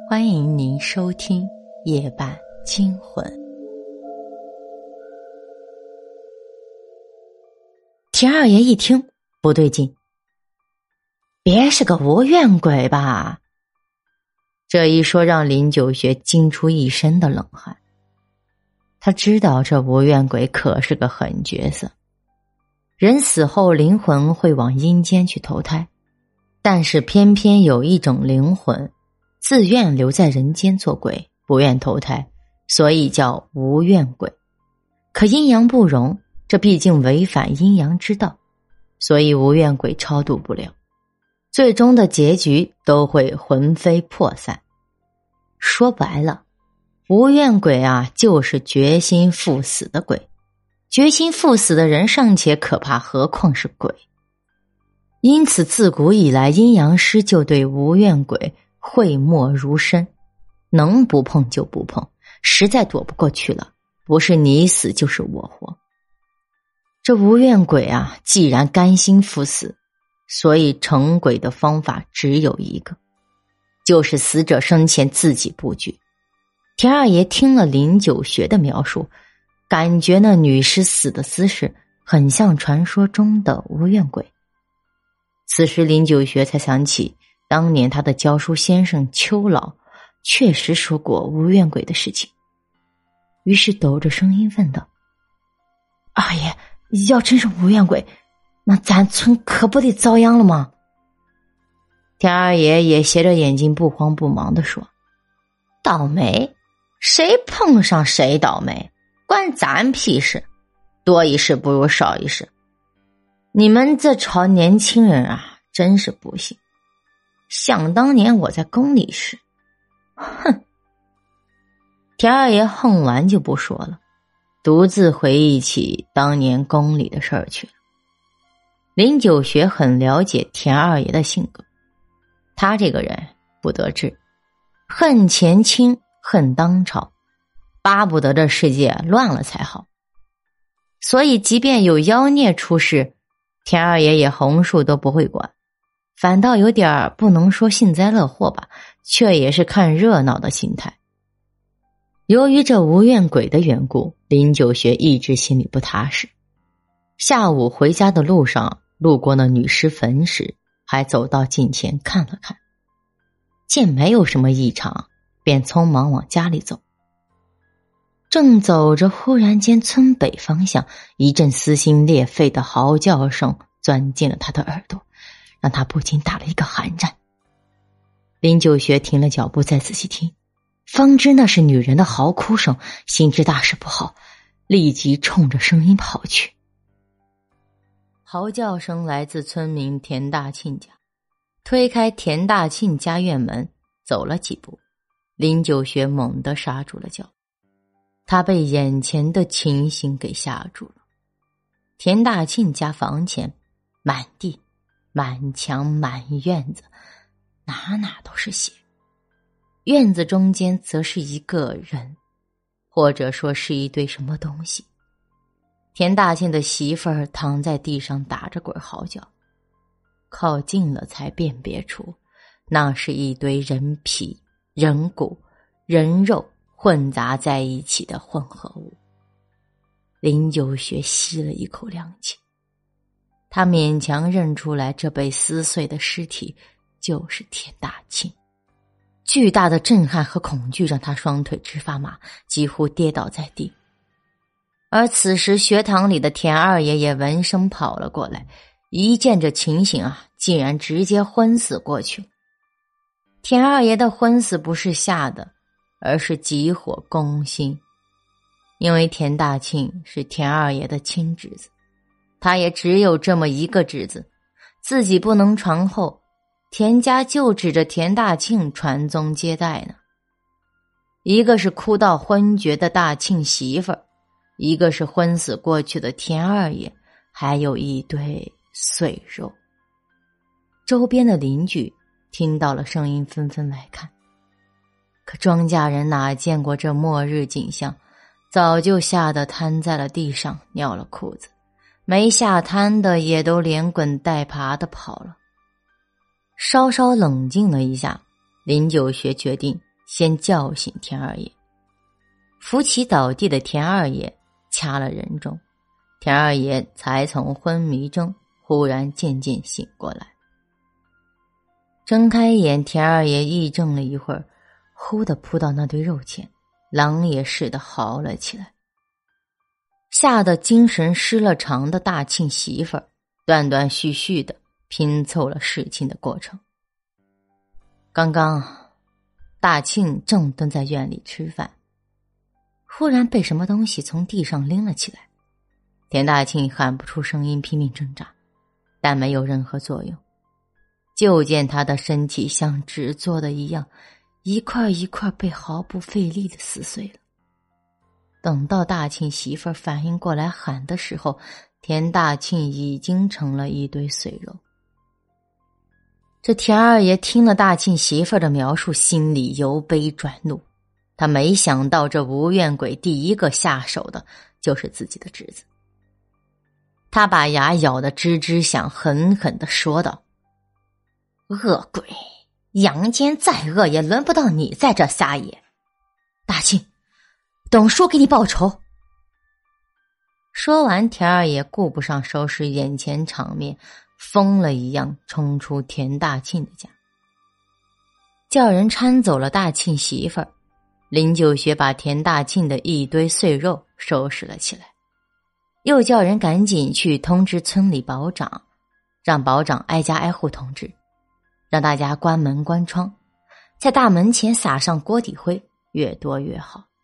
欢迎您收听夜半惊魂。田二爷一听不对劲，别是个无怨鬼吧？这一说让林九学惊出一身的冷汗。他知道这无怨鬼可是个狠角色，人死后灵魂会往阴间去投胎，但是偏偏有一种灵魂自愿留在人间做鬼，不愿投胎，所以叫无怨鬼。可阴阳不容，这毕竟违反阴阳之道，所以无怨鬼超度不了，最终的结局都会魂飞魄散。说白了，无怨鬼啊，就是决心赴死的鬼。决心赴死的人尚且可怕，何况是鬼？因此自古以来，阴阳师就对无怨鬼讳莫如深，能不碰就不碰，实在躲不过去了，不是你死就是我活。这无怨鬼啊，既然甘心赴死，所以成鬼的方法只有一个，就是死者生前自己布局。田二爷听了林九学的描述，感觉那女尸死的姿势很像传说中的无怨鬼。此时林九学才想起当年他的教书先生邱老确实说过无怨鬼的事情，于是抖着声音问道：二爷，要真是无怨鬼，那咱村可不得遭殃了吗？田二爷也斜着眼睛不慌不忙地说：倒霉？谁碰上谁倒霉，关咱屁事，多一事不如少一事。你们这朝年轻人啊，真是不行。想当年我在宫里时，哼！田二爷横完就不说了，独自回忆起当年宫里的事儿去了。林九学很了解田二爷的性格，他这个人不得志，恨前清，恨当朝，巴不得这世界乱了才好。所以即便有妖孽出世，田二爷也横竖都不会管，反倒有点不能说幸灾乐祸吧，却也是看热闹的心态。由于这无怨鬼的缘故，林九学一直心里不踏实。下午回家的路上，路过那女尸坟时，还走到近前看了看，见没有什么异常，便匆忙往家里走。正走着，忽然间村北方向一阵撕心裂肺的嚎叫声钻进了他的耳朵，让他不禁打了一个寒战。林九学停了脚步，再仔细听，方知那是女人的嚎哭声，心知大事不好，立即冲着声音跑去。嚎叫声来自村民田大庆家，推开田大庆家院门，走了几步，林九学猛地刹住了脚，他被眼前的情形给吓住了。田大庆家房前满地满墙满院子，哪哪都是血，院子中间则是一个人，或者说是一堆什么东西。田大庆的媳妇儿躺在地上打着滚嚎叫，靠近了才辨别出那是一堆人皮、人骨、人肉混杂在一起的混合物。林九学吸了一口凉气，他勉强认出来这被撕碎的尸体就是田大庆。巨大的震撼和恐惧让他双腿直发麻，几乎跌倒在地。而此时学堂里的田二爷也闻声跑了过来，一见这情形啊，竟然直接昏死过去。田二爷的昏死不是吓的，而是急火攻心。因为田大庆是田二爷的亲侄子，他也只有这么一个侄子，自己不能传后，田家就指着田大庆传宗接代呢。一个是哭到昏厥的大庆媳妇儿，一个是昏死过去的田二爷，还有一堆碎肉。周边的邻居听到了声音，纷纷来看。可庄稼人哪见过这末日景象，早就吓得瘫在了地上，尿了裤子，没吓瘫的也都连滚带爬的跑了。稍稍冷静了一下，林九学决定先叫醒田二爷。扶起倒地的田二爷，掐了人中，田二爷才从昏迷中忽然渐渐醒过来。睁开眼，田二爷癔症了一会儿，忽地扑到那堆肉前，狼也似的嚎了起来。吓得精神失了常的大庆媳妇儿断断续续的拼凑了事情的过程。刚刚大庆正蹲在院里吃饭，忽然被什么东西从地上拎了起来。田大庆喊不出声音，拼命挣扎，但没有任何作用。就见他的身体像纸做的一样，一块一块被毫不费力的撕碎了。等到大庆媳妇儿反应过来喊的时候，田大庆已经成了一堆碎肉。这田二爷听了大庆媳妇儿的描述，心里由悲转怒。他没想到这无怨鬼第一个下手的就是自己的侄子。他把牙咬得吱吱响，狠狠地说道：恶鬼，阳间再恶也轮不到你在这撒野。大庆，等叔给你报仇。说完，田二爷顾不上收拾眼前场面，疯了一样冲出田大庆的家，叫人搀走了大庆媳妇儿。林九学把田大庆的一堆碎肉收拾了起来，又叫人赶紧去通知村里保长，让保长挨家挨户通知，让大家关门关窗，在大门前撒上锅底灰，越多越好。